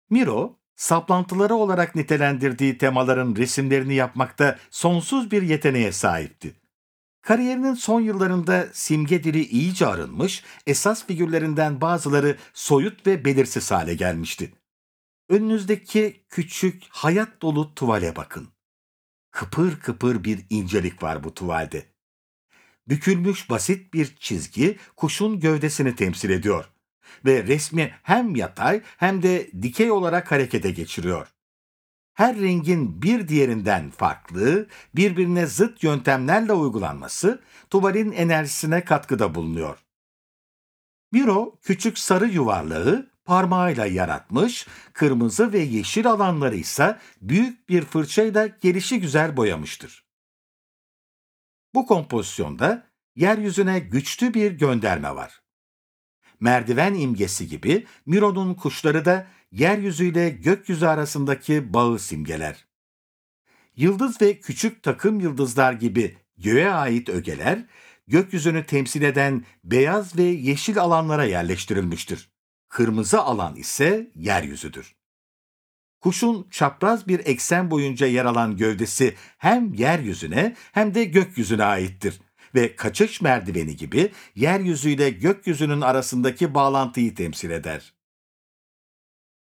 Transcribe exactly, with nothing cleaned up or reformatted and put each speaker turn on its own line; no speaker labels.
Miro, saplantıları olarak nitelendirdiği temaların resimlerini yapmakta sonsuz bir yeteneğe sahipti. Kariyerinin son yıllarında simge dili iyice arınmış, esas figürlerinden bazıları soyut ve belirsiz hale gelmişti. Önünüzdeki küçük, hayat dolu tuvale bakın. Kıpır kıpır bir incelik var bu tuvalde. Bükülmüş basit bir çizgi kuşun gövdesini temsil ediyor ve resmi hem yatay hem de dikey olarak harekete geçiriyor. Her rengin bir diğerinden farklı, birbirine zıt yöntemlerle uygulanması tuvalin enerjisine katkıda bulunuyor. Miro küçük sarı yuvarlağı parmağıyla yaratmış, kırmızı ve yeşil alanları ise büyük bir fırçayla gelişigüzel boyamıştır. Bu kompozisyonda yeryüzüne güçlü bir gönderme var. Merdiven imgesi gibi Miro'nun kuşları da yeryüzüyle gökyüzü arasındaki bağı simgeler. Yıldız ve küçük takım yıldızlar gibi göğe ait ögeler, gökyüzünü temsil eden beyaz ve yeşil alanlara yerleştirilmiştir. Kırmızı alan ise yeryüzüdür. Kuşun çapraz bir eksen boyunca yer alan gövdesi hem yeryüzüne hem de gökyüzüne aittir ve kaçış merdiveni gibi yeryüzüyle gökyüzünün arasındaki bağlantıyı temsil eder.